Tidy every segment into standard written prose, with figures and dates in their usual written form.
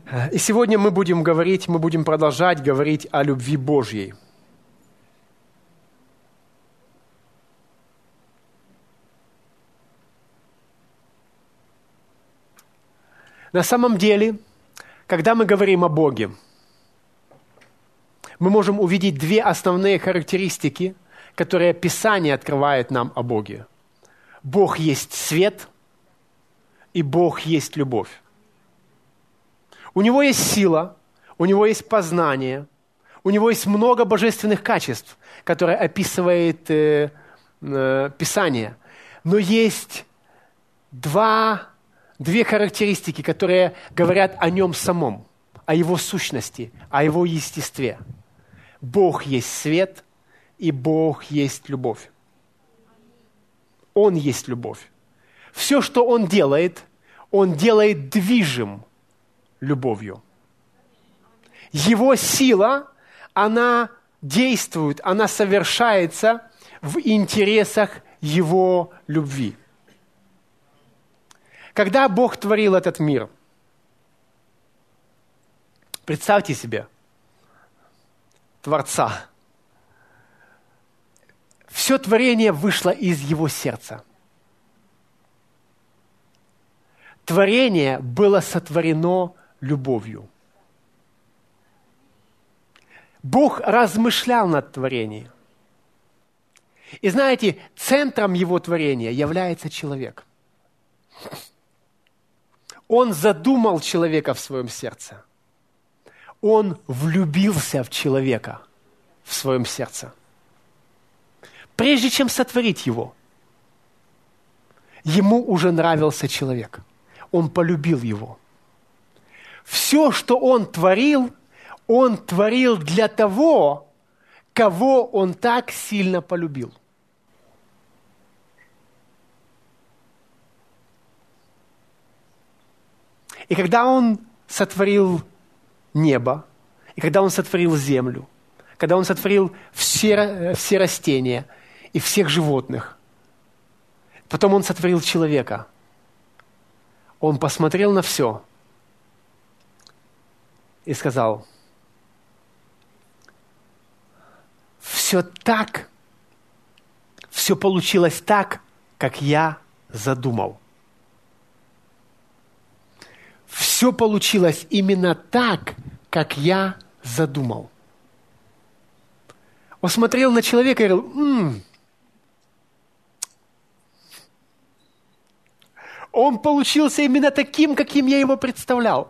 И сегодня мы будем продолжать говорить о любви Божьей. На самом деле, когда мы говорим о Боге, мы можем увидеть две основные характеристики, которые Писание открывает нам о Боге. Бог есть свет, и Бог есть любовь. У Него есть сила, у Него есть познание, у Него есть много божественных качеств, которые описывает Писание. Но есть две характеристики, которые говорят о Нем самом, о Его сущности, о Его естестве. Бог есть свет, и Бог есть любовь. Он есть любовь. Все, что Он делает движим любовью. Его сила, она действует, она совершается в интересах Его любви. Когда Бог творил этот мир, представьте себе Творца. Все творение вышло из Его сердца. Творение было сотворено любовью. Бог размышлял над творением. И знаете, центром Его творения является человек. Он задумал человека в своем сердце. Он влюбился в человека в своем сердце. Прежде чем сотворить его, ему уже нравился человек. Он полюбил его. Все, что он творил для того, кого он так сильно полюбил. И когда он сотворил небо, и когда он сотворил землю, когда он сотворил все растения и всех животных, потом он сотворил человека, он посмотрел на все и сказал: все получилось так, как я задумал. Все получилось именно так, как я задумал. Он смотрел на человека и говорил: он получился именно таким, каким я его представлял.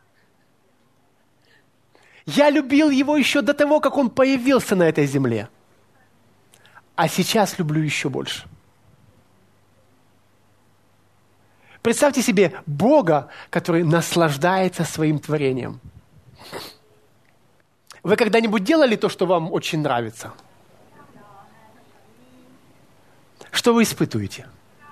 Я любил его еще до того, как он появился на этой земле. А сейчас люблю еще больше. Представьте себе Бога, который наслаждается своим творением. Вы когда-нибудь делали то, что вам очень нравится? Что вы испытываете?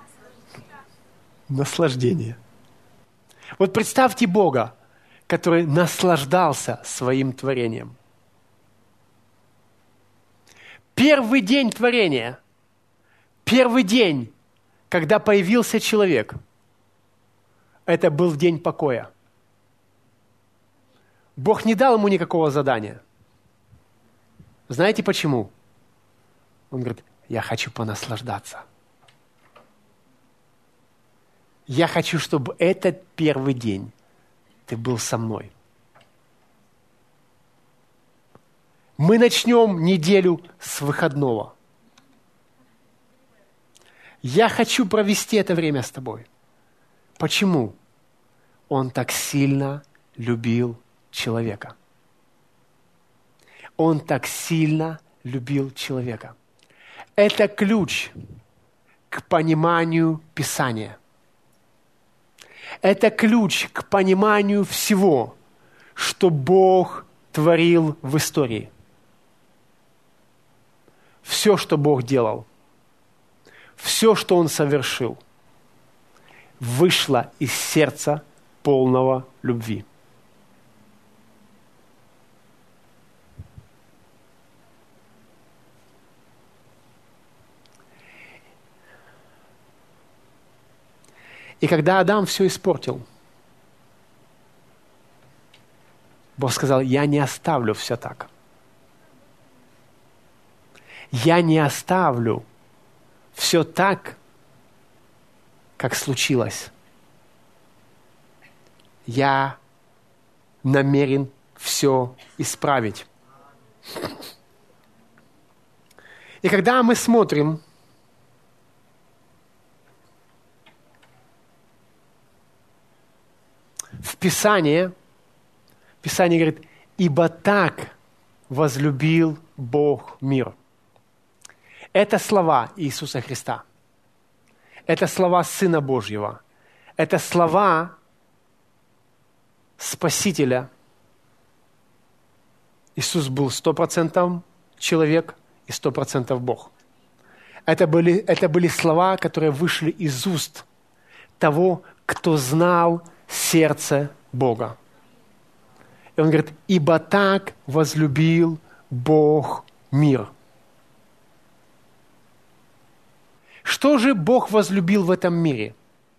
Наслаждение. Вот представьте Бога, который наслаждался своим творением. Первый день творения, первый день, когда появился человек, это был день покоя. Бог не дал ему никакого задания. Знаете почему? Он говорит: я хочу понаслаждаться. Я хочу, чтобы этот первый день ты был со мной. Мы начнем неделю с выходного. Я хочу провести это время с тобой. Почему? Он так сильно любил человека. Он так сильно любил человека. Это ключ к пониманию Писания. Это ключ к пониманию всего, что Бог творил в истории. Все, что Бог делал, все, что Он совершил, вышло из сердца полного любви. И когда Адам все испортил, Бог сказал, я не оставлю все так. Я не оставлю все так, как случилось. Я намерен все исправить. И когда мы смотрим в Писание говорит, ибо так возлюбил Бог мир. Это слова Иисуса Христа. Это слова Сына Божьего. Это слова Спасителя. Иисус был 100% человек и 100% Бог. Это были слова, которые вышли из уст того, кто знал сердце Бога. И он говорит, ибо так возлюбил Бог мир. Что же Бог возлюбил в этом мире?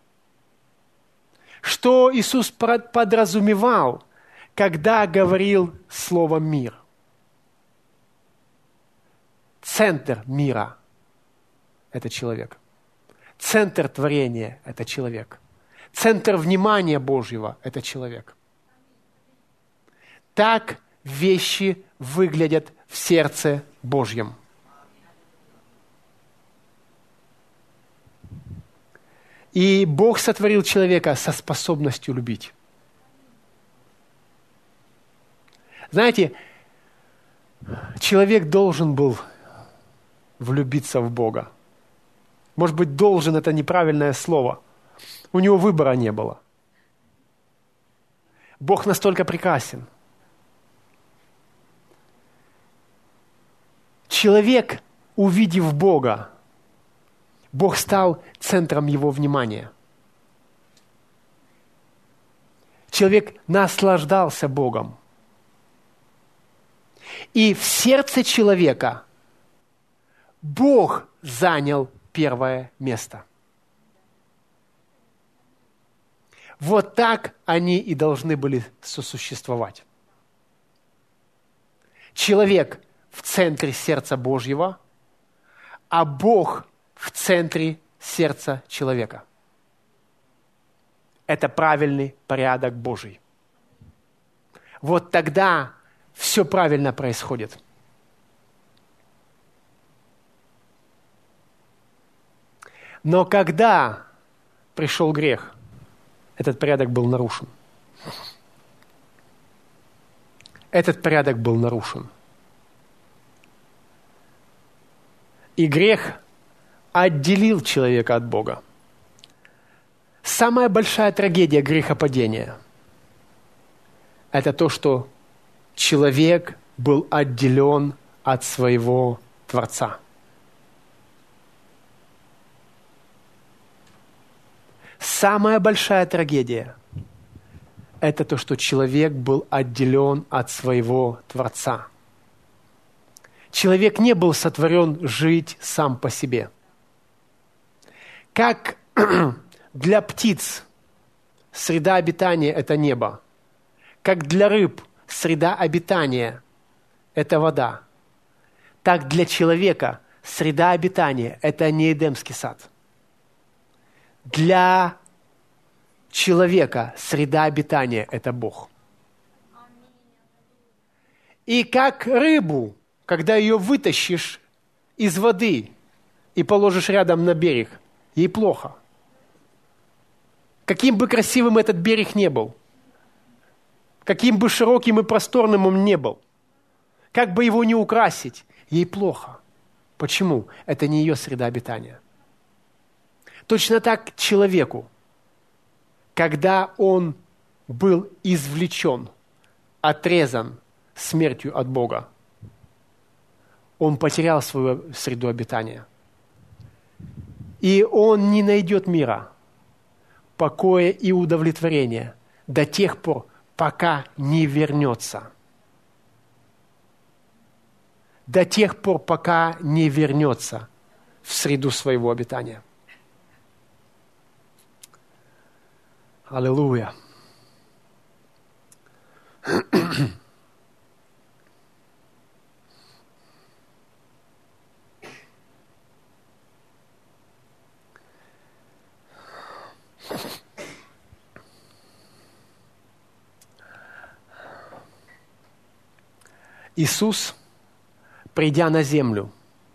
Что Иисус подразумевал, когда говорил слово «мир»? Центр мира – это человек. Центр творения – это человек. Центр внимания Божьего – это человек. Так вещи выглядят в сердце Божьем. И Бог сотворил человека со способностью любить. Знаете, человек должен был влюбиться в Бога. Может быть, должен – это неправильное слово. У него выбора не было. Бог настолько прекрасен. Человек, увидев Бога, Бог стал центром его внимания. Человек наслаждался Богом. И в сердце человека Бог занял первое место. Вот так они и должны были сосуществовать. Человек в центре сердца Божьего, а Бог в центре сердца человека. Это правильный порядок Божий. Вот тогда все правильно происходит. Но когда пришел грех, этот порядок был нарушен. Этот порядок был нарушен. И грех отделил человека от Бога. Самая большая трагедия грехопадения – это то, что человек был отделен от своего Творца. Самая большая трагедия – это то, что человек был отделен от своего Творца. Человек не был сотворен жить сам по себе. Как для птиц среда обитания – это небо, как для рыб среда обитания – это вода, так для человека среда обитания – это не Эдемский сад. Для человека среда обитания – это Бог. И как рыбу, когда ее вытащишь из воды и положишь рядом на берег, ей плохо. Каким бы красивым этот берег не был, каким бы широким и просторным он не был, как бы его ни украсить, ей плохо. Почему? Это не ее среда обитания. Точно так человеку, когда он был извлечен, отрезан смертью от Бога, он потерял свою среду обитания. И он не найдет мира, покоя и удовлетворения до тех пор, пока не вернется. До тех пор, пока не вернется в среду своего обитания. Аллилуйя. Иисус, придя на землю,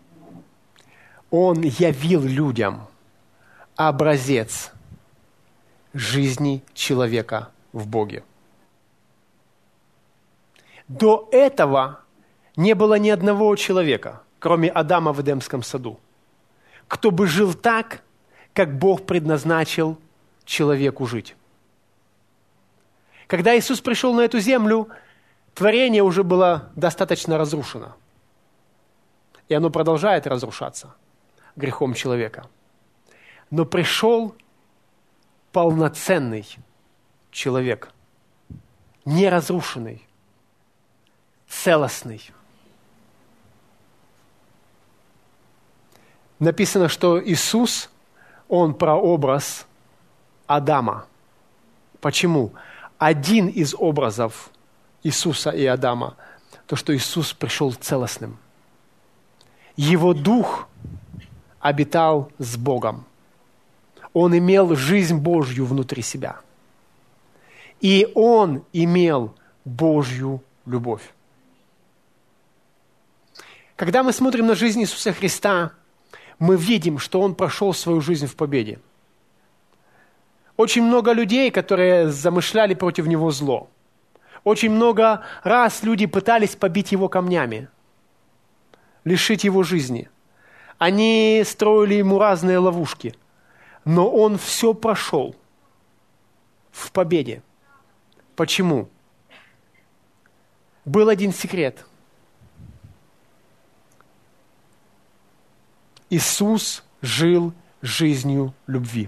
Он явил людям образец жизни человека в Боге. До этого не было ни одного человека, кроме Адама в Эдемском саду, кто бы жил так, как Бог предназначил человеку жить. Когда Иисус пришел на эту землю, творение уже было достаточно разрушено. И оно продолжает разрушаться грехом человека. Но пришел полноценный человек, неразрушенный, целостный. Написано, что Иисус, Он прообраз Адама. Почему? Один из образов Иисуса и Адама, то, что Иисус пришел целостным. Его дух обитал с Богом. Он имел жизнь Божью внутри себя. И Он имел Божью любовь. Когда мы смотрим на жизнь Иисуса Христа, мы видим, что Он прошел свою жизнь в победе. Очень много людей, которые замышляли против Него зло. Очень много раз люди пытались побить Его камнями, лишить Его жизни. Они строили Ему разные ловушки. Но Он все прошел в победе. Почему? Был один секрет. Иисус жил жизнью любви.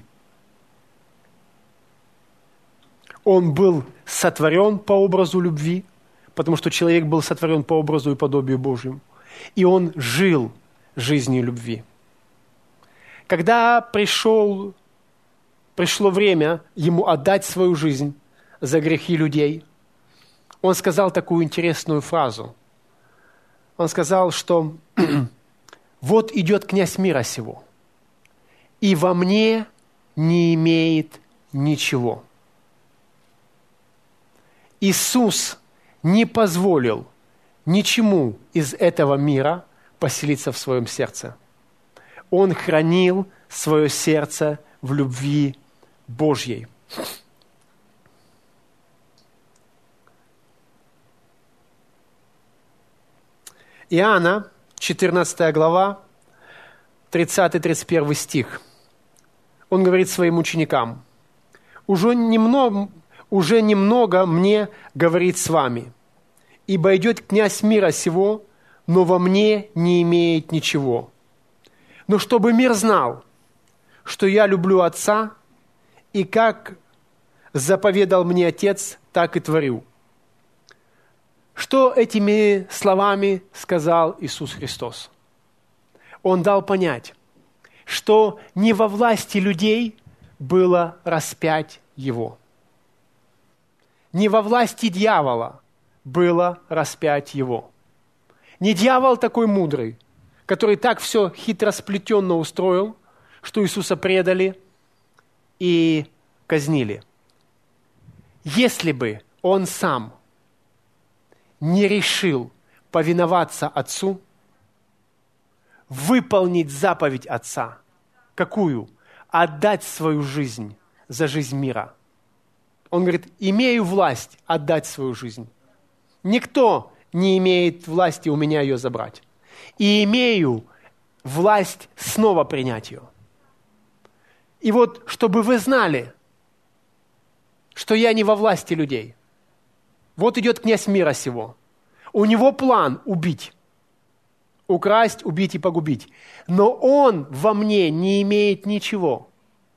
Он был сотворен по образу любви, потому что человек был сотворен по образу и подобию Божьему. И Он жил жизнью любви. Когда пришло время Ему отдать свою жизнь за грехи людей, Он сказал такую интересную фразу. Он сказал, что «Вот идет князь мира сего, и во мне не имеет ничего». Иисус не позволил ничему из этого мира поселиться в своем сердце. Он хранил свое сердце в любви Божьей. Иоанна, 14 глава, 30-31 стих. Он говорит своим ученикам: «Уже немного мне говорит с вами, ибо идет князь мира сего, но во мне не имеет ничего. Но чтобы мир знал, что я люблю Отца, и как заповедал мне Отец, так и творю». Что этими словами сказал Иисус Христос? Он дал понять, что не во власти людей было распять Его. Не во власти дьявола было распять Его. Не дьявол такой мудрый, который так все хитросплетенно устроил, что Иисуса предали и казнили. Если бы Он сам не решил повиноваться Отцу, выполнить заповедь Отца, какую? Отдать свою жизнь за жизнь мира. Он говорит: имею власть отдать свою жизнь. Никто не имеет власти у меня ее забрать. И имею власть снова принять ее. И вот, чтобы вы знали, что я не во власти людей. Вот идет князь мира сего. У него план убить. Украсть, убить и погубить. Но он во мне не имеет ничего.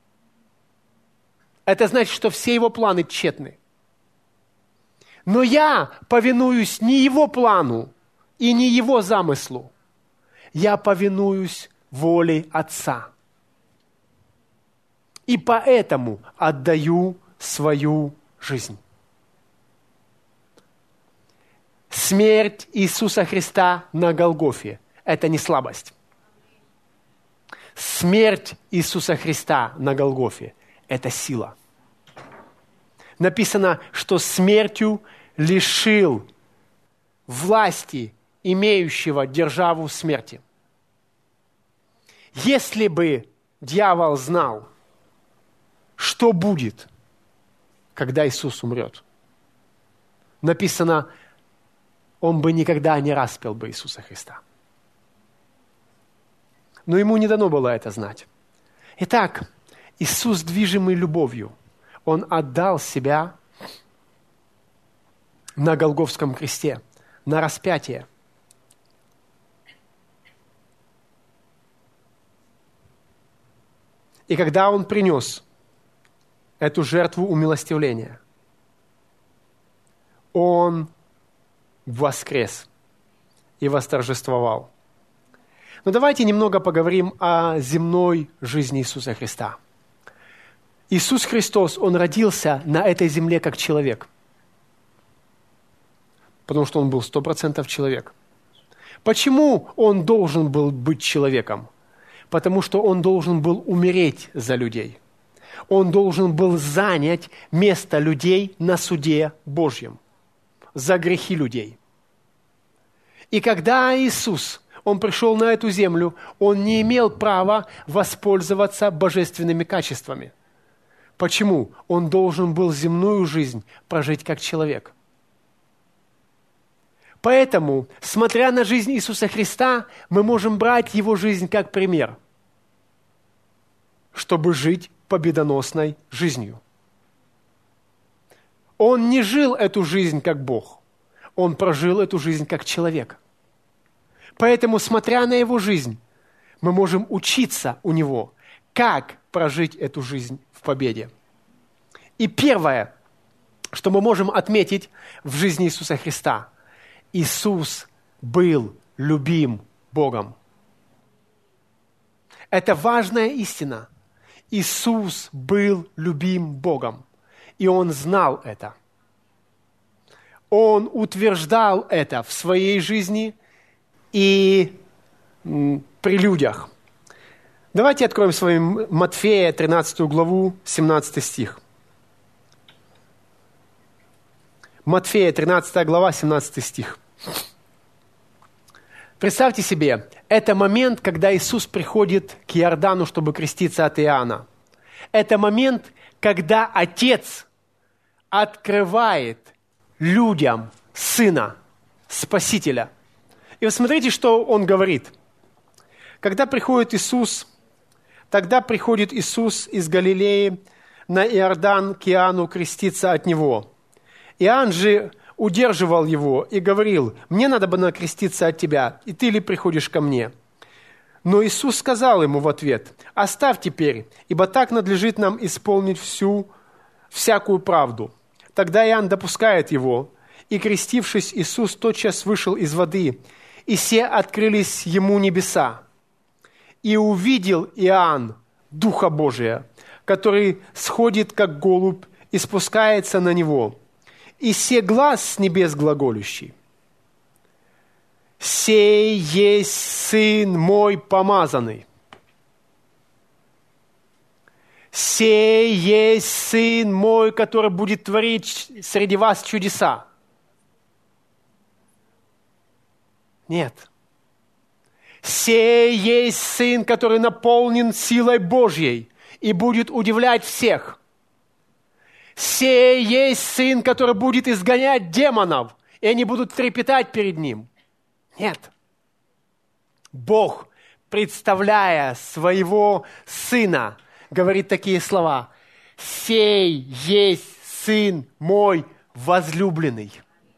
Это значит, что все его планы тщетны. Но я повинуюсь не его плану и не его замыслу. Я повинуюсь воле Отца. И поэтому отдаю свою жизнь. Смерть Иисуса Христа на Голгофе – это не слабость. Смерть Иисуса Христа на Голгофе – это сила. Написано, что смертью лишил власти, имеющего державу смерти. Если бы дьявол знал, что будет, когда Иисус умрет, написано, он бы никогда не распял бы Иисуса Христа. Но ему не дано было это знать. Итак, Иисус, движимый любовью, Он отдал себя на Голгофском кресте, на распятие. И когда Он принес эту жертву умилостивления, Он воскрес и восторжествовал. Но давайте немного поговорим о земной жизни Иисуса Христа. Иисус Христос, Он родился на этой земле как человек, потому что Он был 100% человек. Почему Он должен был быть человеком? Потому что Он должен был умереть за людей. Он должен был занять место людей на суде Божьем за грехи людей. И когда Иисус, Он пришел на эту землю, Он не имел права воспользоваться божественными качествами. Почему? Он должен был земную жизнь прожить как человек. Поэтому, смотря на жизнь Иисуса Христа, мы можем брать Его жизнь как пример, чтобы жить победоносной жизнью. Он не жил эту жизнь как Бог, Он прожил эту жизнь как человек. Поэтому, смотря на Его жизнь, мы можем учиться у Него, как прожить эту жизнь в победе. И первое, что мы можем отметить в жизни Иисуса Христа, Иисус был любим Богом. Это важная истина. Иисус был любим Богом, и Он знал это. Он утверждал это в своей жизни и при людях. Давайте откроем с вами Матфея, 13 главу, 17 стих. Матфея, 13 глава, 17 стих. Представьте себе, это момент, когда Иисус приходит к Иордану, чтобы креститься от Иоанна. Это момент, когда Отец открывает людям Сына, Спасителя. И вы смотрите, что Он говорит. Когда приходит Иисус, тогда приходит Иисус из Галилеи на Иордан к Иоанну креститься от Него. Иоанн же удерживал его и говорил: «Мне надо бы креститься от тебя, и ты ли приходишь ко мне?» Но Иисус сказал ему в ответ: «Оставь теперь, ибо так надлежит нам исполнить всякую правду». Тогда Иоанн допускает его, и, крестившись, Иисус тотчас вышел из воды, и се открылись ему небеса. И увидел Иоанн Духа Божия, который сходит, как голубь, и спускается на него. И се глас с небес глаголющий: «Сей есть Сын мой помазанный. Сей есть Сын мой, который будет творить среди вас чудеса». Нет. «Сей есть Сын, который наполнен силой Божьей и будет удивлять всех. Сей есть Сын, который будет изгонять демонов, и они будут трепетать перед Ним». Нет. Бог, представляя своего Сына, говорит такие слова: «Сей есть Сын мой возлюбленный».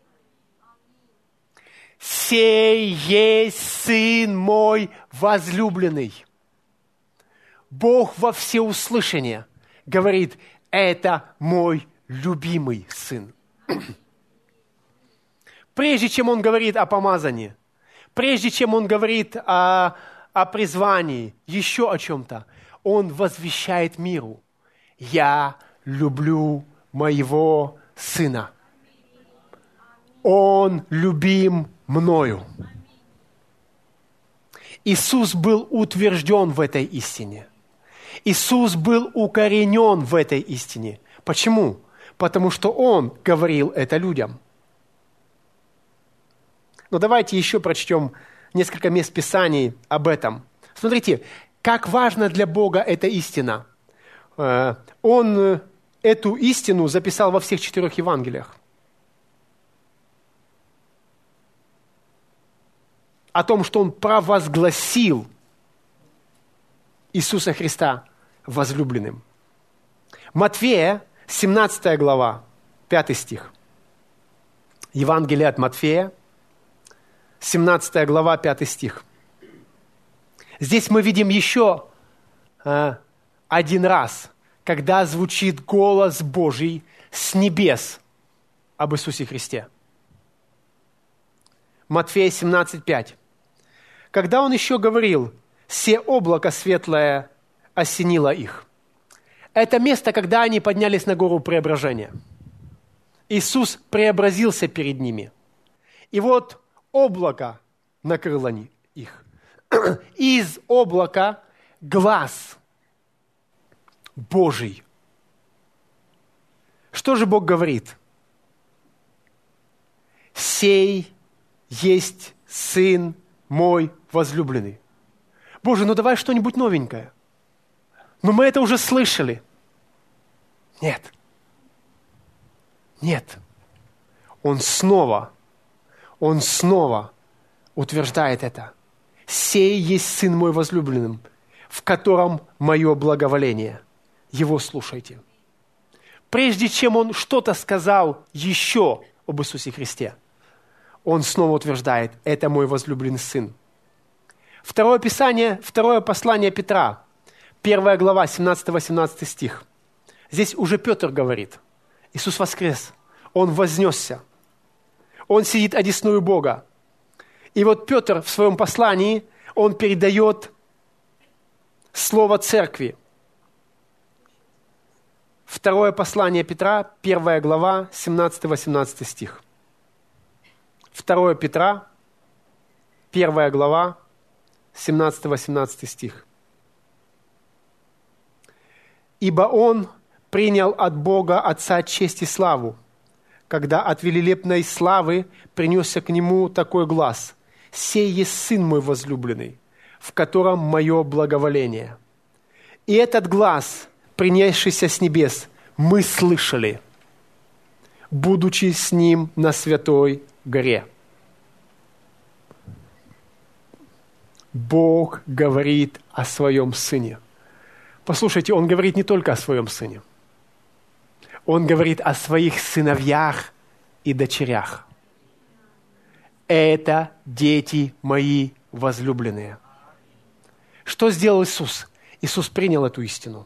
«Сей есть Сын мой возлюбленный». Бог во всеуслышание говорит: «Это мой любимый Сын». Прежде чем Он говорит о помазании, прежде чем Он говорит о призвании, еще о чем-то, Он возвещает миру: «Я люблю моего Сына. Он любим мною». Иисус был утвержден в этой истине. Иисус был укоренен в этой истине. Почему? Потому что Он говорил это людям. Но давайте еще прочтем несколько мест Писаний об этом. Смотрите, как важна для Бога эта истина. Он эту истину записал во всех 4 Евангелиях. О том, что Он провозгласил Иисуса Христа возлюбленным. Матфея, 17 глава, 5 стих. Евангелие от Матфея, 17 глава, 5 стих. Здесь мы видим еще один раз, когда звучит голос Божий с небес об Иисусе Христе. Матфея 17:5. Когда он еще говорил, «Се облако светлое осенило их». Это место, когда они поднялись на гору преображения. Иисус преобразился перед ними. И вот облако накрыло их. Из облака глаз Божий. Что же Бог говорит? «Сей есть Сын мой возлюбленный». Боже, ну давай что-нибудь новенькое. Но мы это уже слышали. Нет. Нет. Он снова утверждает это. «Сей есть Сын мой возлюбленный, в котором мое благоволение». Его слушайте. Прежде чем Он что-то сказал еще об Иисусе Христе, Он снова утверждает, это мой возлюбленный Сын. Второе послание Петра, 1 глава, 17-18 стих. Здесь уже Петр говорит, Иисус воскрес, Он вознесся, Он сидит одесную Бога. И вот Петр в своем послании, он передает слово церкви. Второе послание Петра, 1 глава, 17-18 стих. 2 Петра, 1 глава, 17-18 стих. «Ибо Он принял от Бога Отца честь и славу, когда от великолепной славы принесся к Нему такой глас: «Сей есть Сын мой возлюбленный, в котором мое благоволение». И этот глас, принесшийся с небес, мы слышали, будучи с Ним на Святой горе. Бог говорит о Своем Сыне. Послушайте, Он говорит не только о Своем Сыне. Он говорит о Своих сыновьях и дочерях. Это дети мои возлюбленные. Что сделал Иисус? Иисус принял эту истину.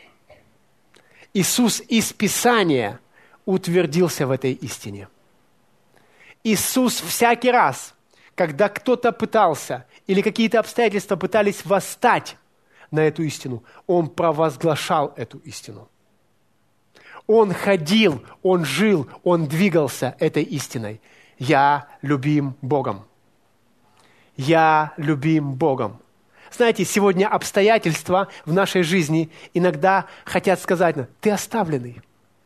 Иисус из Писания утвердился в этой истине. Иисус всякий раз, когда кто-то пытался или какие-то обстоятельства пытались восстать на эту истину, Он провозглашал эту истину. Он ходил, Он жил, Он двигался этой истиной. Я любим Богом. Я любим Богом. Знаете, сегодня обстоятельства в нашей жизни иногда хотят сказать нам: ты оставленный.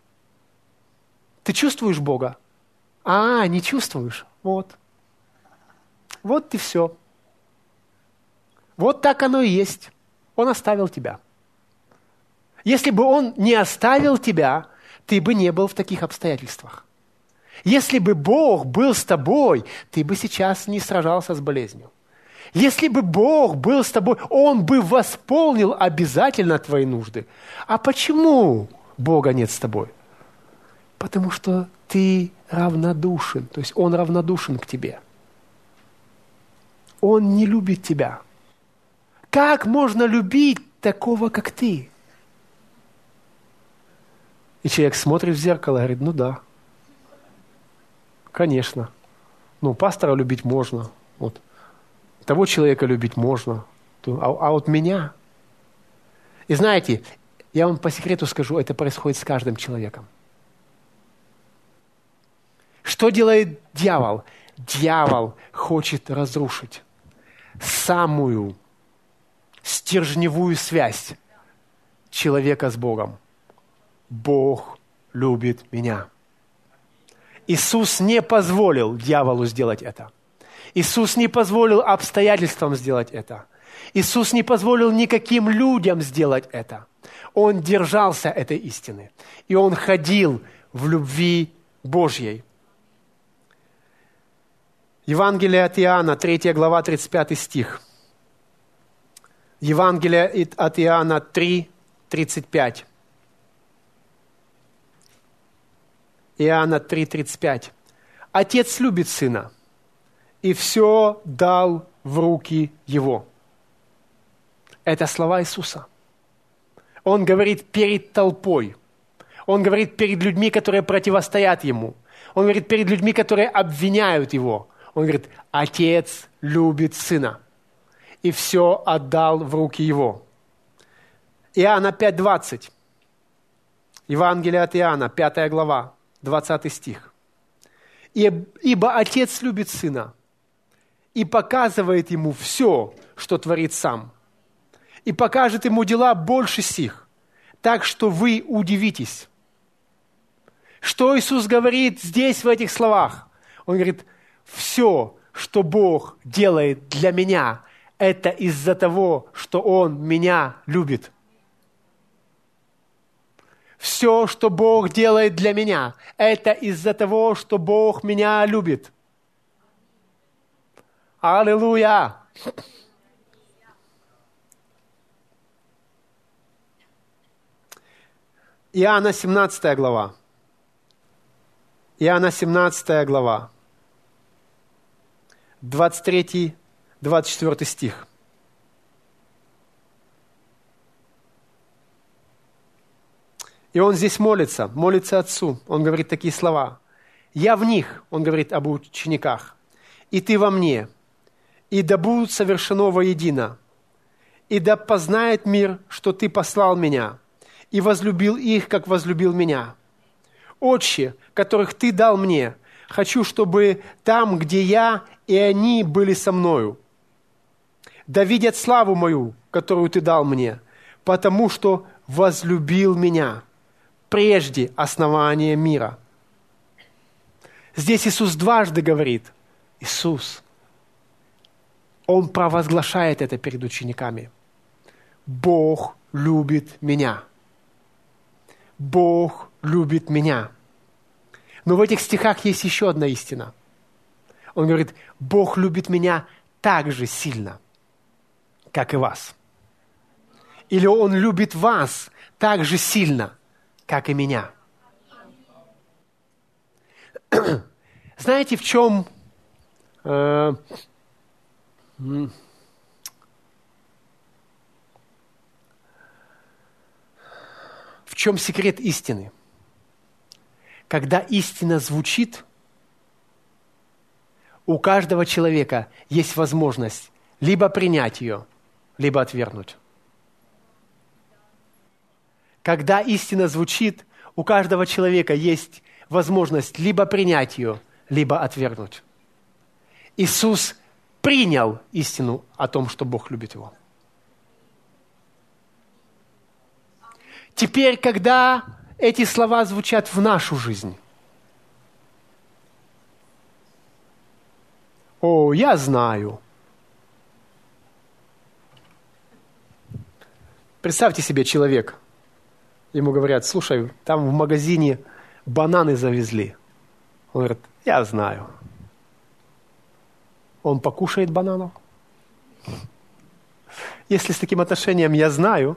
Ты чувствуешь Бога? Не чувствуешь? Вот. Вот и все. Вот так оно и есть. Он оставил тебя. Если бы Он не оставил тебя, ты бы не был в таких обстоятельствах. Если бы Бог был с тобой, ты бы сейчас не сражался с болезнью. Если бы Бог был с тобой, Он бы восполнил обязательно твои нужды. А почему Бога нет с тобой? Потому что ты равнодушен, то есть Он равнодушен к тебе. Он не любит тебя. Как можно любить такого, как ты? И человек смотрит в зеркало и говорит: ну да, конечно. Пастора любить можно. Вот. Того человека любить можно. А вот меня... И знаете, я вам по секрету скажу, это происходит с каждым человеком. Что делает дьявол? Дьявол хочет разрушить самую стержневую связь человека с Богом. Бог любит меня. Иисус не позволил дьяволу сделать это. Иисус не позволил обстоятельствам сделать это. Иисус не позволил никаким людям сделать это. Он держался этой истины. И Он ходил в любви Божьей. Евангелие от Иоанна, 3 глава, 35 стих. Евангелие от Иоанна 3, 35. Иоанна 3, 35. Отец любит Сына и все дал в руки Его. Это слова Иисуса. Он говорит перед толпой. Он говорит перед людьми, которые противостоят Ему. Он говорит перед людьми, которые обвиняют Его. Он говорит, Отец любит Сына и все отдал в руки Его. Иоанна 5:20. Евангелие от Иоанна, 5 глава, 20 стих. «Ибо Отец любит Сына и показывает Ему все, что творит Сам, и покажет Ему дела больше сих, так что вы удивитесь». Что Иисус говорит здесь, в этих словах? Он говорит, все, что Бог делает для меня, это из-за того, что Он меня любит. Все, что Бог делает для меня, это из-за того, что Бог меня любит. Аллилуйя! Иоанна 17 глава. Иоанна 17 глава. 23-24 стих. И он здесь молится Отцу. Он говорит такие слова. «Я в них», он говорит об учениках, «и ты во мне, и да будут совершено воедино, и да познает мир, что ты послал меня, и возлюбил их, как возлюбил меня. Отче, которых ты дал мне, хочу, чтобы там, где я, и они были со мною. Да видят славу мою, которую ты дал мне, потому что возлюбил меня прежде основания мира». Здесь Иисус дважды говорит, Иисус, Он провозглашает это перед учениками. Бог любит меня. Бог любит меня. Но в этих стихах есть еще одна истина. Он говорит, Бог любит меня так же сильно, как и вас. Или Он любит вас так же сильно, как и меня. Знаете, в чем секрет истины? Когда истина звучит, у каждого человека есть возможность либо принять ее, либо отвергнуть. Когда истина звучит, у каждого человека есть возможность либо принять ее, либо отвергнуть. Иисус принял истину о том, что Бог любит его. Теперь, когда эти слова звучат в нашу жизнь, «О, я знаю». Представьте себе человек, ему говорят, слушай, там в магазине бананы завезли. Он говорит, я знаю. Он покушает бананов? Если с таким отношением «я знаю»,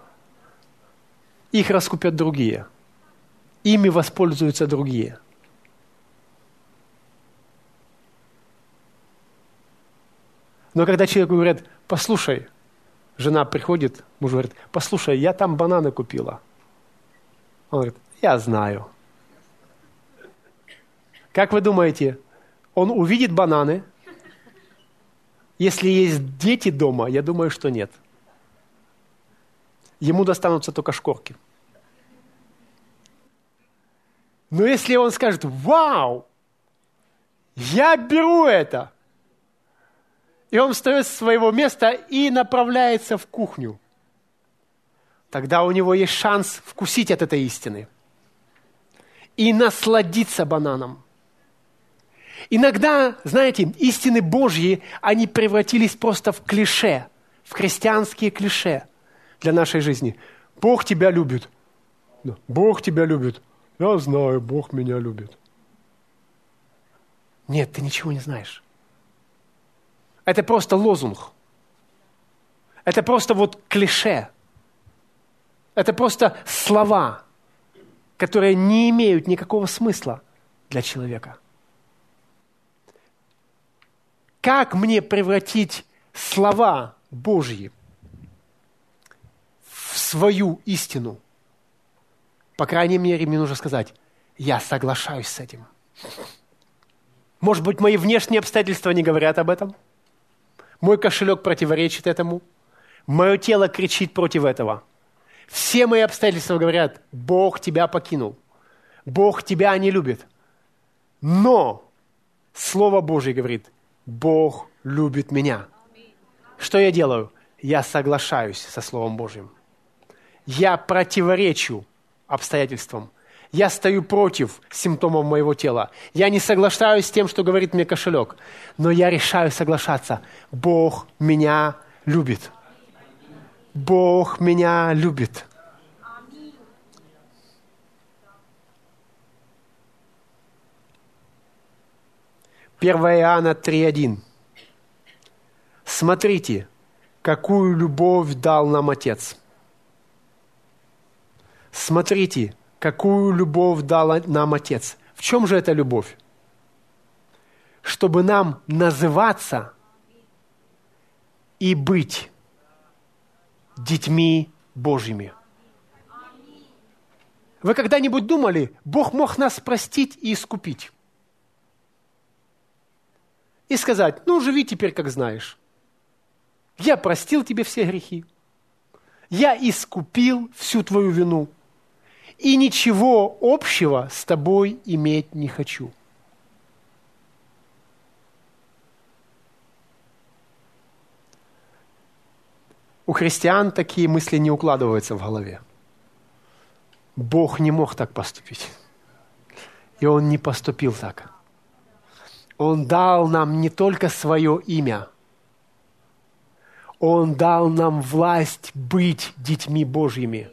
их раскупят другие. Ими воспользуются другие. Но когда человеку говорят, послушай, жена приходит, муж говорит, послушай, я там бананы купила. Он говорит, я знаю. Как вы думаете, он увидит бананы? Если есть дети дома, я думаю, что нет. Ему достанутся только шкурки. Но если он скажет, вау, я беру это, и он встает с своего места и направляется в кухню, тогда у него есть шанс вкусить от этой истины и насладиться бананом. Иногда, знаете, истины Божьи, они превратились просто в клише, в христианские клише для нашей жизни. Бог тебя любит. Бог тебя любит. Я знаю, Бог меня любит. Нет, ты ничего не знаешь. Это просто лозунг. Это просто вот клише. Это просто слова, которые не имеют никакого смысла для человека. Как мне превратить слова Божьи в свою истину? По крайней мере, мне нужно сказать, я соглашаюсь с этим. Может быть, мои внешние обстоятельства не говорят об этом? Мой кошелек противоречит этому? Мое тело кричит против этого? Все мои обстоятельства говорят, Бог тебя покинул. Бог тебя не любит. Но Слово Божье говорит, Бог любит меня. Что я делаю? Я соглашаюсь со Словом Божьим. Я противоречу обстоятельствам. Я стою против симптомов моего тела. Я не соглашаюсь с тем, что говорит мне кошелек. Но я решаю соглашаться. Бог меня любит. Бог меня любит. Первое Иоанна 3:1. Смотрите, какую любовь дал нам Отец. Смотрите, какую любовь дал нам Отец. В чем же эта любовь? Чтобы нам называться и быть детьми Божьими. Вы когда-нибудь думали, Бог мог нас простить и искупить? И сказать, живи теперь, как знаешь. Я простил тебе все грехи. Я искупил всю твою вину. И ничего общего с тобой иметь не хочу. У христиан такие мысли не укладываются в голове. Бог не мог так поступить. И Он не поступил так. Он дал нам не только свое имя. Он дал нам власть быть детьми Божьими.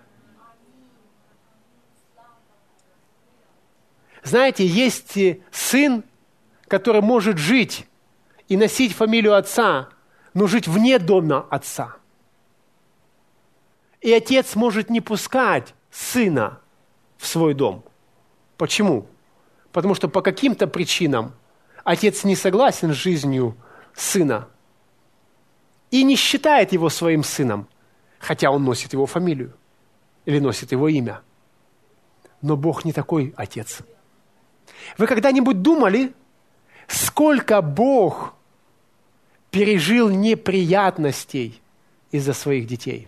Знаете, есть сын, который может жить и носить фамилию отца, но жить вне дома отца. И отец может не пускать сына в свой дом. Почему? Потому что по каким-то причинам отец не согласен с жизнью сына и не считает его своим сыном, хотя он носит его фамилию или носит его имя. Но Бог не такой отец. Вы когда-нибудь думали, сколько Бог пережил неприятностей из-за своих детей?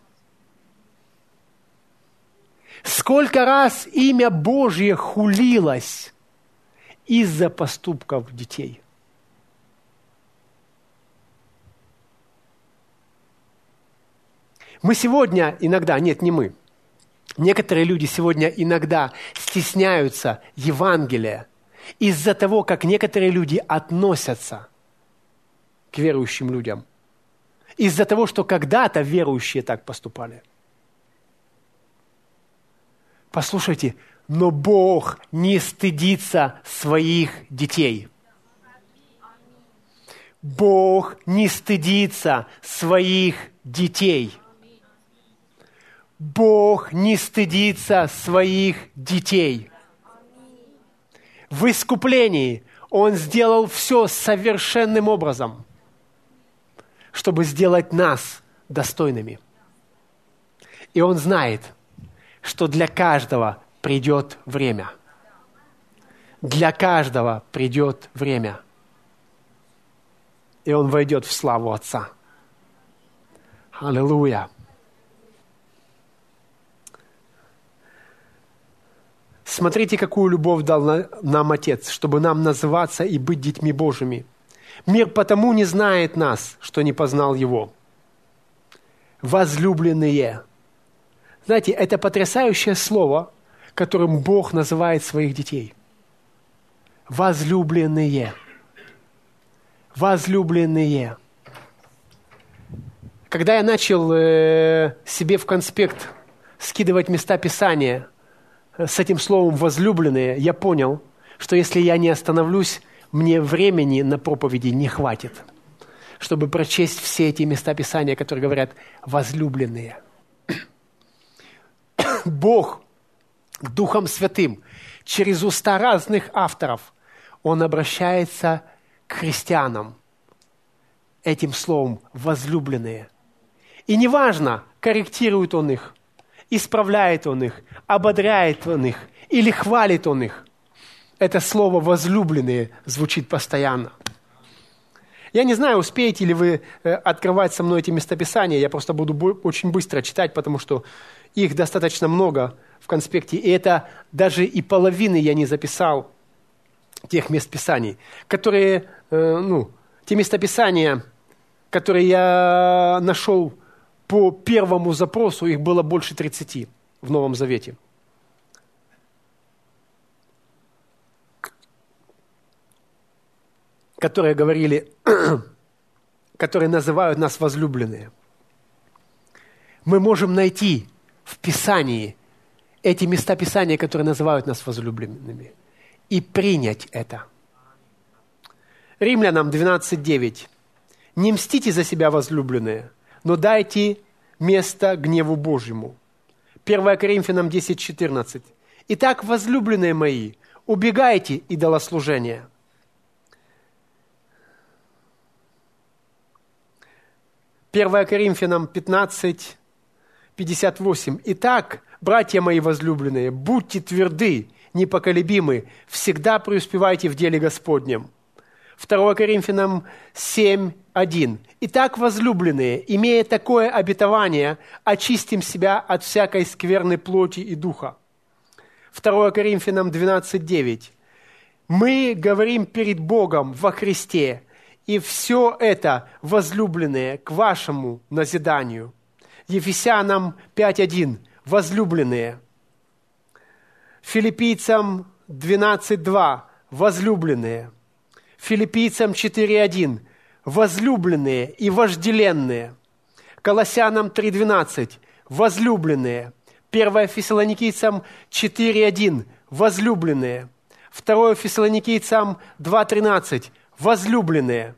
Сколько раз имя Божье хулилось из-за поступков детей? Мы сегодня иногда, нет, не мы, некоторые люди сегодня иногда стесняются Евангелия из-за того, как некоторые люди относятся к верующим людям. Из-за того, что когда-то верующие так поступали. Послушайте, но Бог не стыдится своих детей. Бог не стыдится своих детей. Бог не стыдится своих детей. В искуплении Он сделал все совершенным образом, чтобы сделать нас достойными. И Он знает, что для каждого придет время. Для каждого придет время. И он войдет в славу Отца. Аллилуйя. Смотрите, какую любовь дал нам Отец, чтобы нам называться и быть детьми Божьими. Мир потому не знает нас, что не познал Его. Возлюбленные. Знаете, это потрясающее слово, которым Бог называет своих детей. возлюбленные. Возлюбленные. Когда я начал себе в конспект скидывать места Писания с этим словом «возлюбленные», я понял, что если я не остановлюсь, мне времени на проповеди не хватит, чтобы прочесть все эти места Писания, которые говорят «возлюбленные». Бог Духом Святым через уста разных авторов, Он обращается к христианам этим словом «возлюбленные». И неважно, корректирует Он их, исправляет Он их, ободряет Он их или хвалит Он их. Это слово «возлюбленные» звучит постоянно. Я не знаю, успеете ли вы открывать со мной эти местописания. Я просто буду очень быстро читать, потому что их достаточно много в конспекте. И это даже и половины я не записал тех мест Писаний, которые, те местописания, которые я нашел по первому запросу, их было больше 30 в Новом Завете. Которые говорили, которые называют нас возлюбленные. Мы можем найти в Писании эти места Писания, которые называют нас возлюбленными, и принять это. Римлянам 12:9. «Не мстите за себя, возлюбленные, но дайте место гневу Божьему». 1 Коринфянам 10:14. «Итак, возлюбленные мои, убегайте идолослужения». 1 Коринфянам 15:58. «Итак, братья мои возлюбленные, будьте тверды, непоколебимы, всегда преуспевайте в деле Господнем». 2 Коринфянам 7:1. «Итак, возлюбленные, имея такое обетование, очистим себя от всякой скверной плоти и духа». 2 Коринфянам 12:9. «Мы говорим перед Богом во Христе, и все это, возлюбленные, к вашему назиданию». Ефесянам 5:1. «Возлюбленные». Филиппийцам 12:2. «Возлюбленные». Филиппийцам 4:1. «Возлюбленные и вожделенные». Колоссянам 3:12. «Возлюбленные». 1 Фессалоникийцам 4:1. «Возлюбленные». 2 Фессалоникийцам 2:13. «Возлюбленные».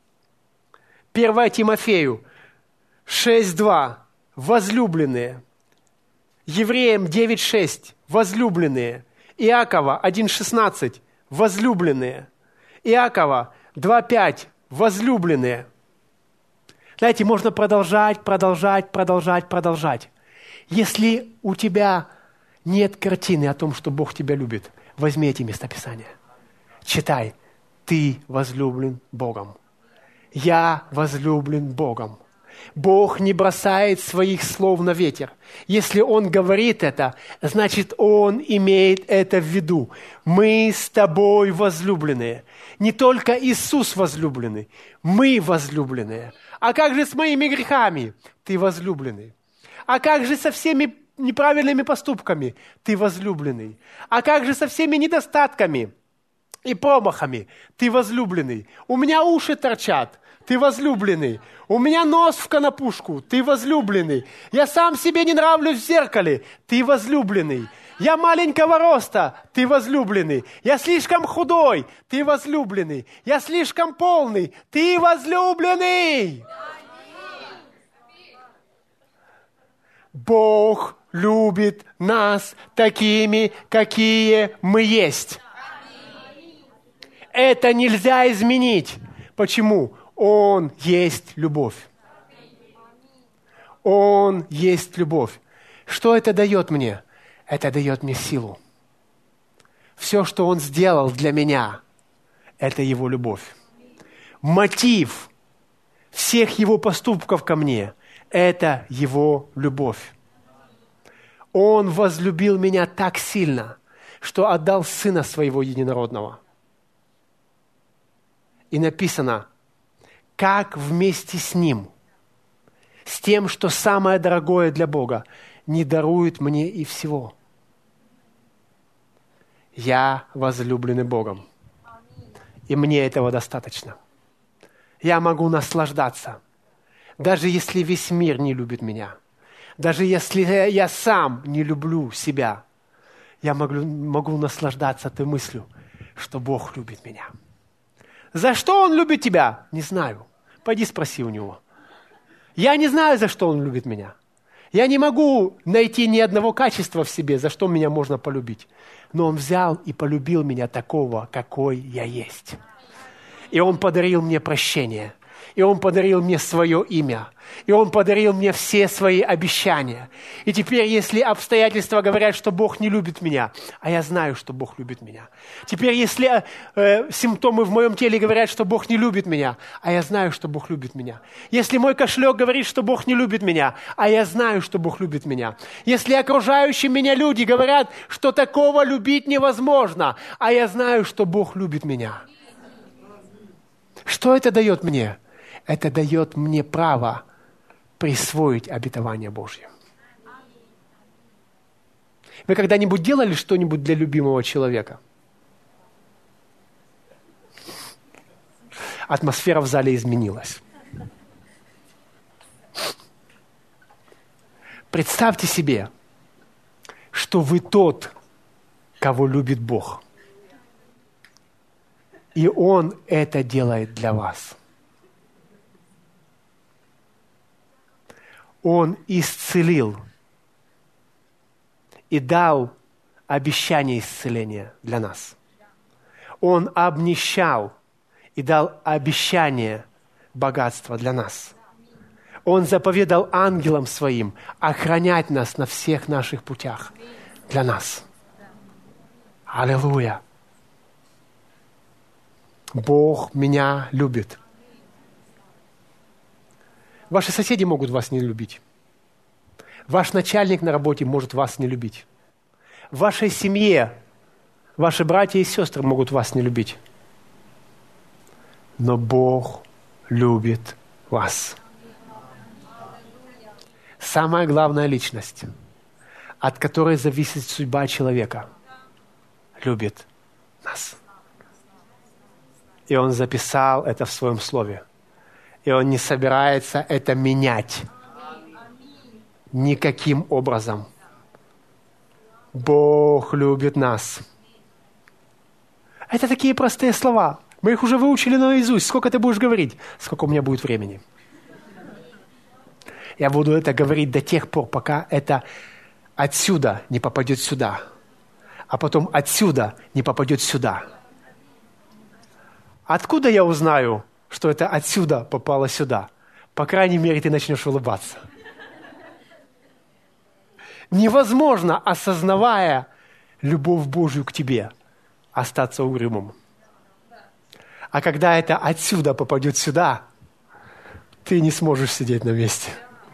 1 Тимофею 6:2. «Возлюбленные». Евреям 9:6. «Возлюбленные». Иакова 1:16. «Возлюбленные». Иакова 2:5. «Возлюбленные». Знаете, можно продолжать. Если у тебя нет картины о том, что Бог тебя любит, возьми эти местописания. Читай. Ты возлюблен Богом. Я возлюблен Богом. Бог не бросает своих слов на ветер. Если Он говорит это, значит, Он имеет это в виду. Мы с тобой возлюбленные. Не только Иисус возлюбленный, мы возлюбленные. А как же с моими грехами? Ты возлюбленный. А как же со всеми неправильными поступками? Ты возлюбленный. А как же со всеми недостатками и промахами? Ты возлюбленный. У меня уши торчат. Ты возлюбленный. У меня нос в конопушку. Ты возлюбленный. Я сам себе не нравлюсь в зеркале. Ты возлюбленный. Я маленького роста. Ты возлюбленный. Я слишком худой. Ты возлюбленный. Я слишком полный. Ты возлюбленный. Бог любит нас такими, какие мы есть. Это нельзя изменить. Почему? Он есть любовь. Он есть любовь. Что это дает мне? Это дает мне силу. Все, что Он сделал для меня, это Его любовь. Мотив всех Его поступков ко мне – это Его любовь. Он возлюбил меня так сильно, что отдал Сына Своего Единородного. И написано, как вместе с Ним, с тем, что самое дорогое для Бога, не дарует мне и всего. Я возлюбленный Богом. И мне этого достаточно. Я могу наслаждаться, даже если весь мир не любит меня, даже если я сам не люблю себя, я могу наслаждаться той мыслью, что Бог любит меня. За что Он любит тебя? Не знаю. Пойди спроси у Него. Я не знаю, за что Он любит меня. Я не могу найти ни одного качества в себе, за что меня можно полюбить. Но Он взял и полюбил меня такого, какой я есть. И Он подарил мне прощение. И Он подарил мне свое имя. И Он подарил мне все свои обещания. И теперь, если обстоятельства говорят, что Бог не любит меня, а я знаю, что Бог любит меня. Теперь, если симптомы в моем теле говорят, что Бог не любит меня, а я знаю, что Бог любит меня. Если мой кошелек говорит, что Бог не любит меня, а я знаю, что Бог любит меня. Если окружающие меня люди говорят, что такого любить невозможно, а я знаю, что Бог любит меня. Что это дает мне? Это дает мне право присвоить обетование Божье. Вы когда-нибудь делали что-нибудь для любимого человека? Атмосфера в зале изменилась. Представьте себе, что вы тот, кого любит Бог. И Он это делает для вас. Он исцелил и дал обещание исцеления для нас. Он обнищал и дал обещание богатства для нас. Он заповедал ангелам своим охранять нас на всех наших путях для нас. Аллилуйя! Бог меня любит. Ваши соседи могут вас не любить. Ваш начальник на работе может вас не любить. В вашей семье ваши братья и сестры могут вас не любить. Но Бог любит вас. Самая главная личность, от которой зависит судьба человека, любит нас. И Он записал это в Своем Слове. И Он не собирается это менять никаким образом. Бог любит нас. Это такие простые слова. Мы их уже выучили наизусть. Сколько ты будешь говорить? Сколько у меня будет времени? Я буду это говорить до тех пор, пока это отсюда не попадет сюда, а потом отсюда не попадет сюда. Откуда я узнаю, что это отсюда попало сюда? По крайней мере, ты начнешь улыбаться. Невозможно, осознавая любовь Божью к тебе, остаться угрюмым. А когда это отсюда попадет сюда, ты не сможешь сидеть на месте.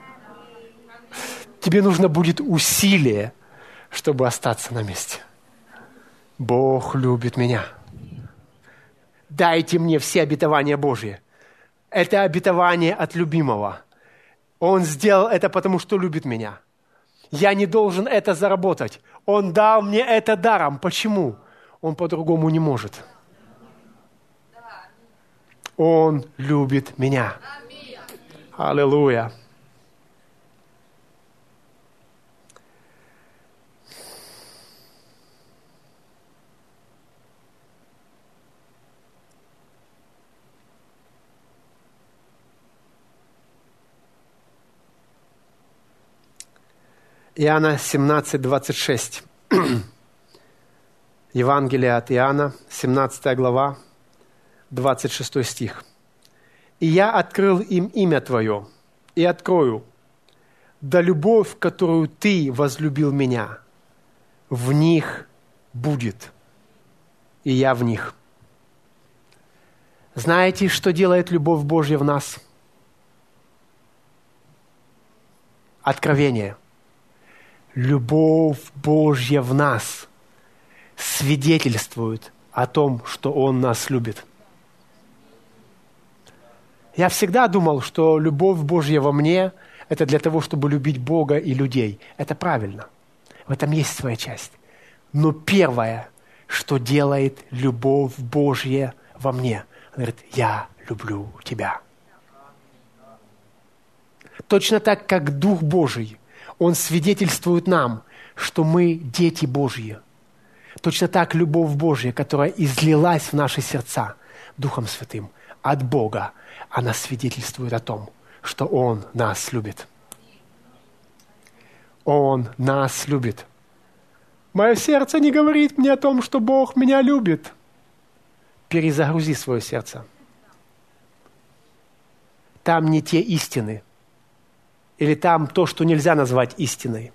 Тебе нужно будет усилие, чтобы остаться на месте. Бог любит меня. Дайте мне все обетования Божьи. Это обетование от любимого. Он сделал это потому, что любит меня. Я не должен это заработать. Он дал мне это даром. Почему? Он по-другому не может. Он любит меня. Аллилуйя. Иоанна 17, 26. Евангелие от Иоанна, 17 глава, 26 стих. «И я открыл им имя Твое, и открою, да любовь, которую Ты возлюбил меня, в них будет, и я в них». Знаете, что делает любовь Божья в нас? Откровение. Любовь Божья в нас свидетельствует о том, что Он нас любит. Я всегда думал, что любовь Божья во мне – это для того, чтобы любить Бога и людей. Это правильно. В этом есть своя часть. Но первое, что делает любовь Божья во мне. Он говорит, я люблю тебя. Точно так, как Дух Божий, Он свидетельствует нам, что мы дети Божьи. Точно так любовь Божья, которая излилась в наши сердца Духом Святым от Бога, она свидетельствует о том, что Он нас любит. Он нас любит. Мое сердце не говорит мне о том, что Бог меня любит. Перезагрузи свое сердце. Там не те истины. Или там то, что нельзя назвать истиной.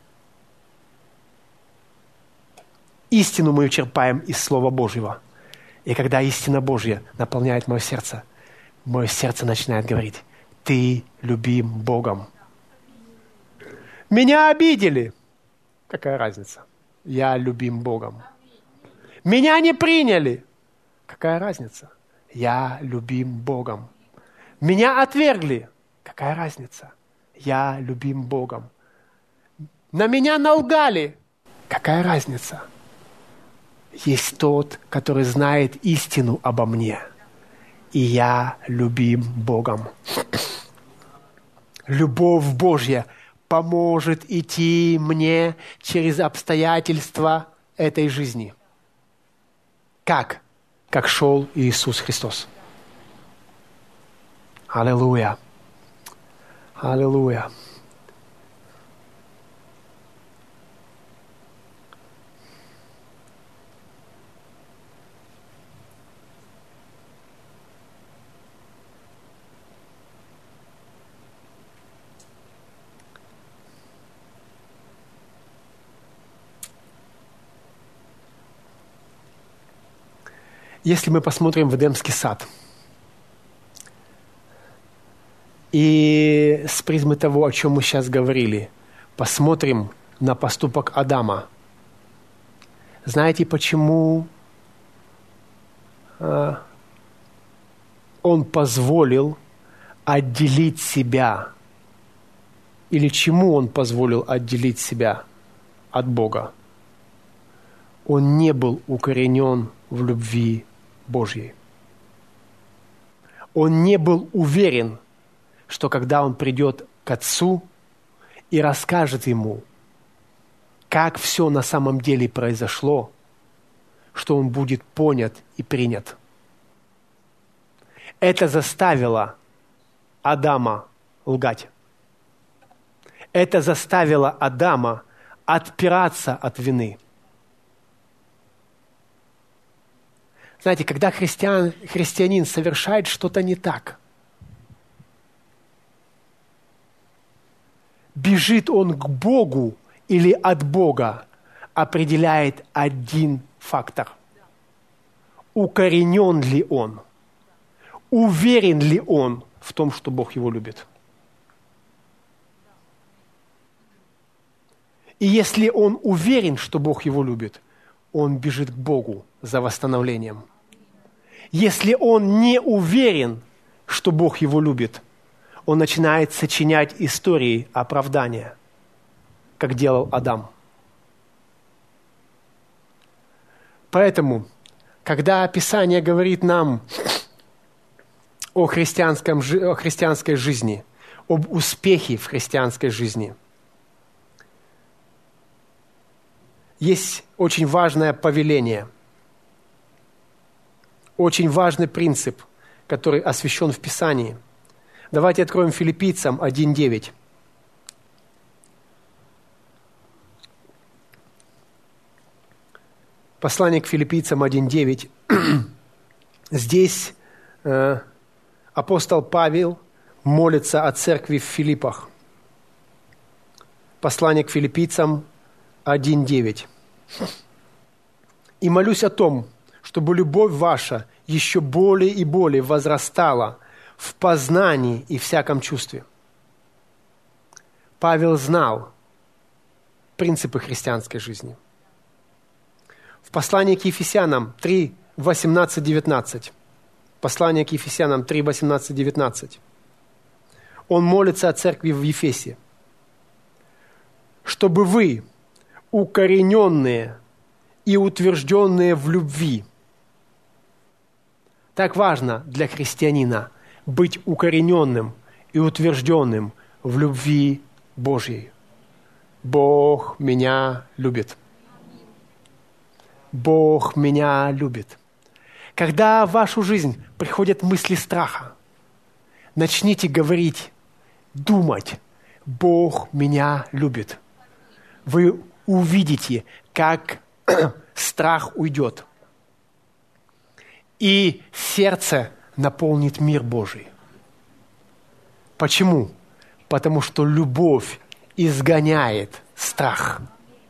Истину мы черпаем из Слова Божьего. И когда истина Божья наполняет мое сердце начинает говорить, ты любим Богом. Меня обидели. Какая разница? Я любим Богом. Меня не приняли. Какая разница? Я любим Богом. Меня отвергли. Какая разница? Я любим Богом. На меня налгали. Какая разница? Есть тот, который знает истину обо мне. И я любим Богом. Любовь Божья поможет идти мне через обстоятельства этой жизни. Как? Как шел Иисус Христос. Аллилуйя. Аллилуйя. Если мы посмотрим в Эдемский сад, и с призмы того, о чем мы сейчас говорили, посмотрим на поступок Адама. Знаете, почему он позволил отделить себя? Или чему он позволил отделить себя от Бога? Он не был укоренен в любви Божьей. Он не был уверен, что когда он придет к Отцу и расскажет ему, как все на самом деле произошло, что он будет понят и принят. Это заставило Адама лгать. Это заставило Адама отпираться от вины. Знаете, когда христианин совершает что-то не так, бежит он к Богу или от Бога, определяет один фактор. Укоренен ли он? Уверен ли он в том, что Бог его любит? И если он уверен, что Бог его любит, он бежит к Богу за восстановлением. Если он не уверен, что Бог его любит, он начинает сочинять истории оправдания, как делал Адам. Поэтому, когда Писание говорит нам о христианской жизни, об успехе в христианской жизни, есть очень важное повеление, очень важный принцип, который освящен в Писании. Давайте откроем Филиппийцам 1:9. Послание к Филиппийцам 1:9. Здесь апостол Павел молится о церкви в Филиппах. Послание к Филиппийцам 1:9. «И молюсь о том, чтобы любовь ваша еще более и более возрастала в познании и всяком чувстве». Павел знал принципы христианской жизни. В послании к Ефесянам 3, 18, 19. Послание к Ефесянам 3, 18, 19. Он молится о церкви в Ефесе. «Чтобы вы, укорененные и утвержденные в любви». Так важно для христианина быть укорененным и утвержденным в любви Божьей. Бог меня любит. Бог меня любит. Когда в вашу жизнь приходят мысли страха, начните говорить, думать, Бог меня любит. Вы увидите, как страх уйдет. И сердце наполнит мир Божий. Почему? Потому что любовь изгоняет страх.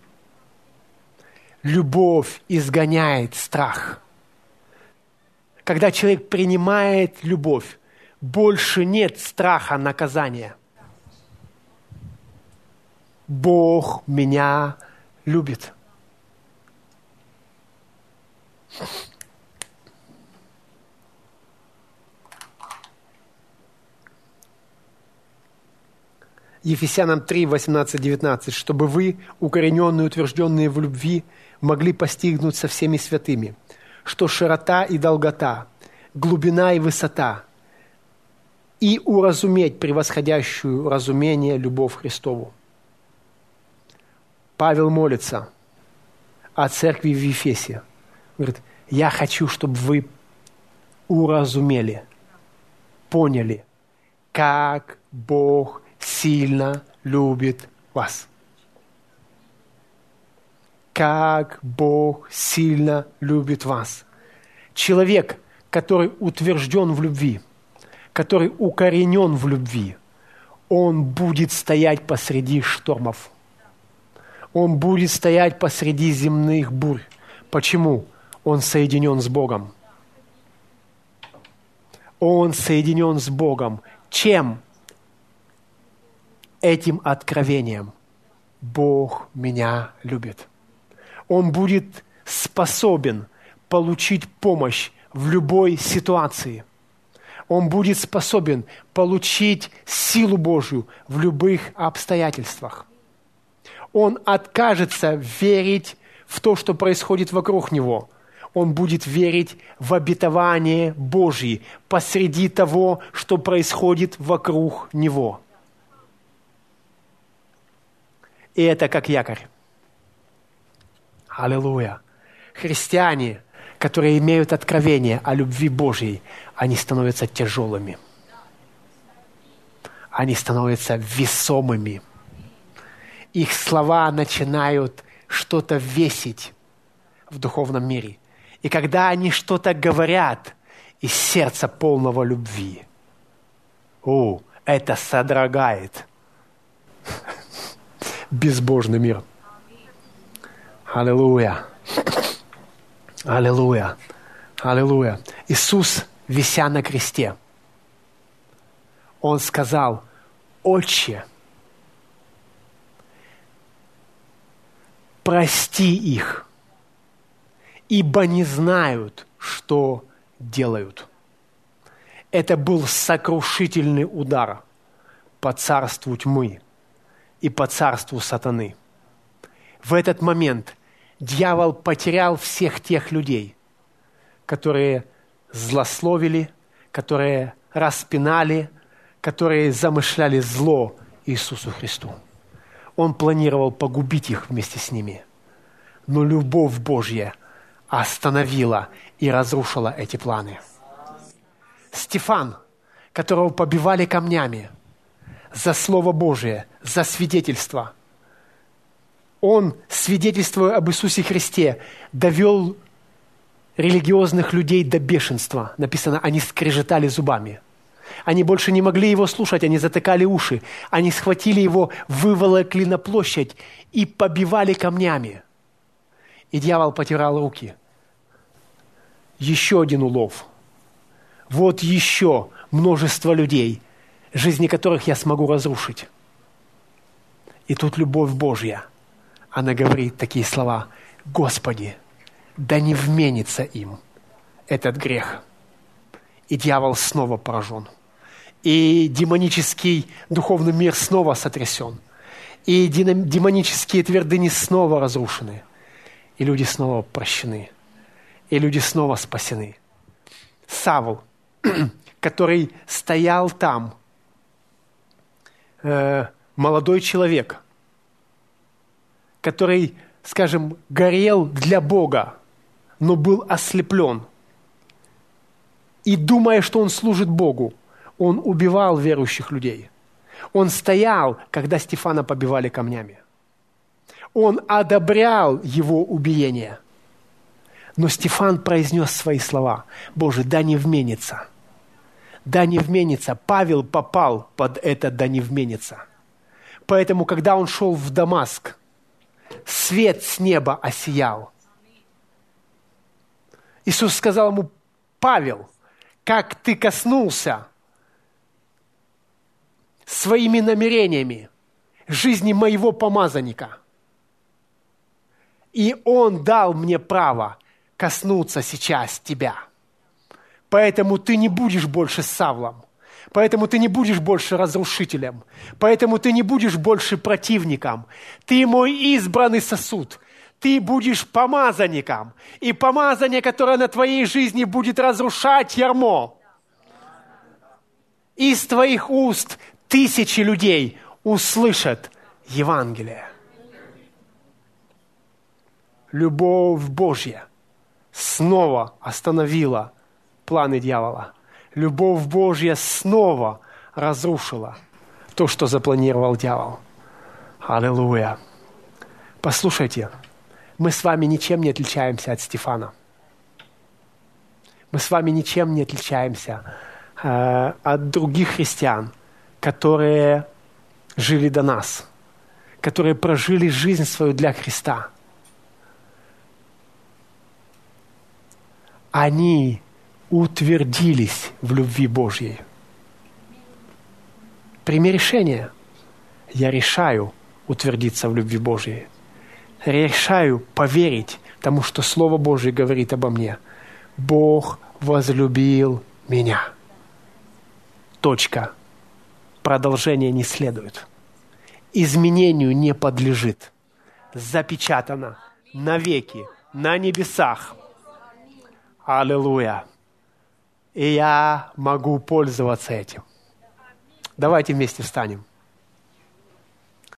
Любовь изгоняет страх. Когда человек принимает любовь, больше нет страха наказания. Бог меня любит. Ефесянам 3, 18, 19. «Чтобы вы, укорененные, утвержденные в любви, могли постигнуть со всеми святыми, что широта и долгота, глубина и высота, и уразуметь превосходящую разумение любовь Христову». Павел молится о церкви в Ефесе. Говорит, я хочу, чтобы вы уразумели, поняли, как Бог сильно любит вас. Как Бог сильно любит вас. Человек, который утвержден в любви, который укоренен в любви, он будет стоять посреди штормов. Он будет стоять посреди земных бурь. Почему? Он соединен с Богом. Он соединен с Богом. Чем? Этим откровением. Бог меня любит. Он будет способен получить помощь в любой ситуации. Он будет способен получить силу Божью в любых обстоятельствах. Он откажется верить в то, что происходит вокруг него. Он будет верить в обетование Божье посреди того, что происходит вокруг него. И это как якорь. Аллилуйя. Христиане, которые имеют откровение о любви Божьей, они становятся тяжелыми. Они становятся весомыми. Их слова начинают что-то весить в духовном мире. И когда они что-то говорят из сердца полного любви, это содрогает безбожный мир. Аллилуйя. Аллилуйя. Аллилуйя. Иисус, вися на кресте, Он сказал, «Отче, прости их, ибо не знают, что делают». Это был сокрушительный удар по царству тьмы и по царству сатаны. В этот момент дьявол потерял всех тех людей, которые злословили, которые распинали, которые замышляли зло Иисусу Христу. Он планировал погубить их вместе с ними. Но любовь Божья остановила и разрушила эти планы. Стефан, которого побивали камнями за Слово Божие, за свидетельство, он, свидетельствуя об Иисусе Христе, довел религиозных людей до бешенства. Написано, они скрежетали зубами. Они больше не могли его слушать, они затыкали уши. Они схватили его, выволокли на площадь и побивали камнями. И дьявол потирал руки. Еще один улов. Вот еще множество людей, жизни которых я смогу разрушить. И тут любовь Божья. Она говорит такие слова: «Господи, да не вменится им этот грех». И дьявол снова поражен. И демонический духовный мир снова сотрясен. И демонические твердыни снова разрушены. И люди снова прощены. И люди снова спасены. Савл, который стоял там, молодой человек, который, скажем, горел для Бога, но был ослеплен. И думая, что он служит Богу, он убивал верующих людей. Он стоял, когда Стефана побивали камнями. Он одобрял его убиение. Но Стефан произнес свои слова: «Боже, да не вменится». Да не вменится. Павел попал под это «да не вменится». Поэтому, когда он шел в Дамаск, свет с неба осиял. Иисус сказал ему: «Павел, как ты коснулся своими намерениями жизни моего помазанника, и он дал мне право коснуться сейчас тебя. Поэтому ты не будешь больше Савлом, поэтому ты не будешь больше разрушителем, поэтому ты не будешь больше противником. Ты мой избранный сосуд, ты будешь помазанником, и помазание, которое на твоей жизни будет разрушать ярмо. Из твоих уст тысячи людей услышат Евангелие». Любовь Божья снова остановила планы дьявола. Любовь Божья снова разрушила то, что запланировал дьявол. Аллилуйя. Послушайте, мы с вами ничем не отличаемся от Стефана. Мы с вами ничем не отличаемся от других христиан, которые жили до нас, которые прожили жизнь свою для Христа. Они утвердились в любви Божьей. Прими решение. Я решаю утвердиться в любви Божьей. Я решаю поверить тому, что Слово Божье говорит обо мне. Бог возлюбил меня. Точка. Продолжение не следует. Изменению не подлежит. Запечатано навеки на небесах. Аллилуйя. И я могу пользоваться этим. Давайте вместе встанем.